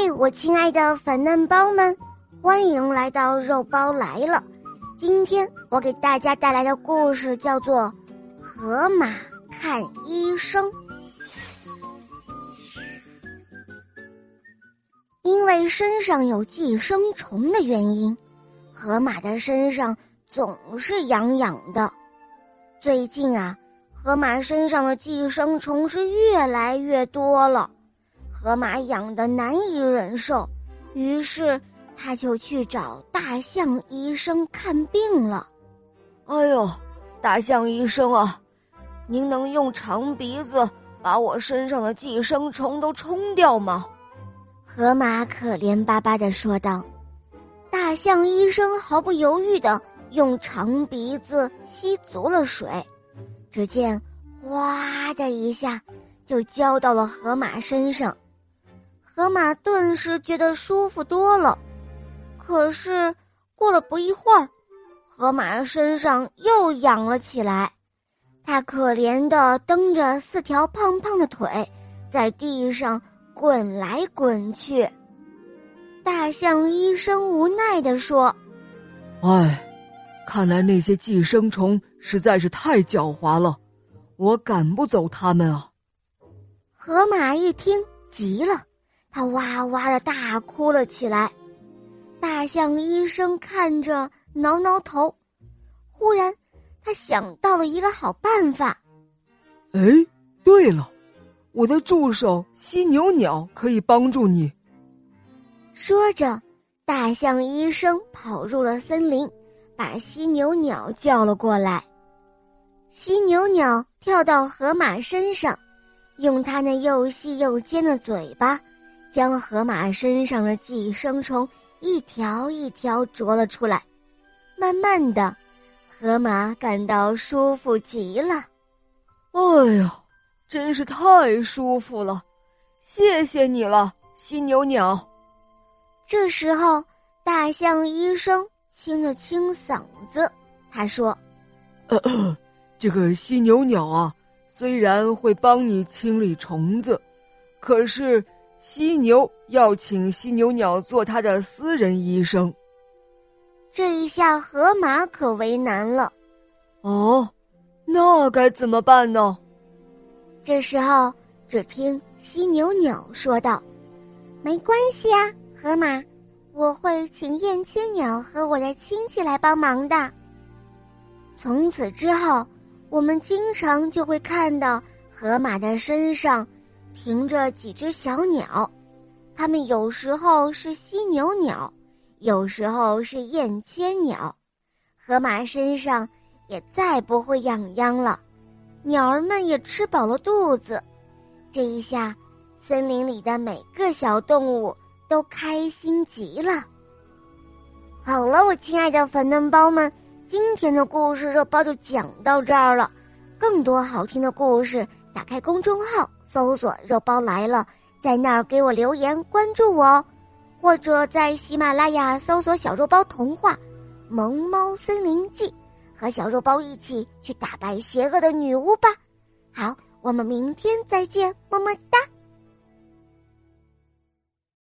我亲爱的粉嫩包们，欢迎来到肉包来了。今天我给大家带来的故事叫做《河马看医生》。因为身上有寄生虫的原因，河马的身上总是痒痒的。最近啊，河马身上的寄生虫是越来越多了，河马痒得难以忍受，于是他就去找大象医生看病了。 哎呦，大象医生啊，您能用长鼻子把我身上的寄生虫都冲掉吗？ 河马可怜巴巴地说道。大象医生毫不犹豫地用长鼻子吸足了水，只见哗的一下就浇到了河马身上，河马顿时觉得舒服多了。可是过了不一会儿，河马身上又痒了起来，它可怜地蹬着4条胖胖的腿在地上滚来滚去。大象医生无奈地说： 唉，看来那些寄生虫实在是太狡猾了，我赶不走它们啊。 河马一听急了，他哇哇地大哭了起来。大象医生看着挠挠头，忽然他想到了一个好办法。 哎，对了，我的助手犀牛鸟可以帮助你。 说着，大象医生跑入了森林，把犀牛鸟叫了过来。犀牛鸟跳到河马身上，用它那又细又尖的嘴巴将河马身上的寄生虫一条一条啄了出来。慢慢的，河马感到舒服极了。 哎呀，真是太舒服了，谢谢你了，犀牛鸟。 这时候，大象医生清了清嗓子，他说： 这个犀牛鸟啊，虽然会帮你清理虫子，可是犀牛要请犀牛鸟做他的私人医生。 这一下河马可为难了。 哦，那该怎么办呢？ 这时候，只听犀牛鸟说道：没关系啊，河马，我会请燕青鸟和我的亲戚来帮忙的。从此之后，我们经常就会看到河马的身上停着几只小鸟，它们有时候是犀牛鸟，有时候是燕千鸟。河马身上也再不会痒痒了，鸟儿们也吃饱了肚子。这一下，森林里的每个小动物都开心极了。好了，我亲爱的粉嫩包们，今天的故事肉包就讲到这儿了。更多好听的故事，打开公众号搜索肉包来了，在那儿给我留言关注我哦，或者在喜马拉雅搜索小肉包童话《萌猫森林记》，和小肉包一起去打败邪恶的女巫吧。好，我们明天再见，么么哒。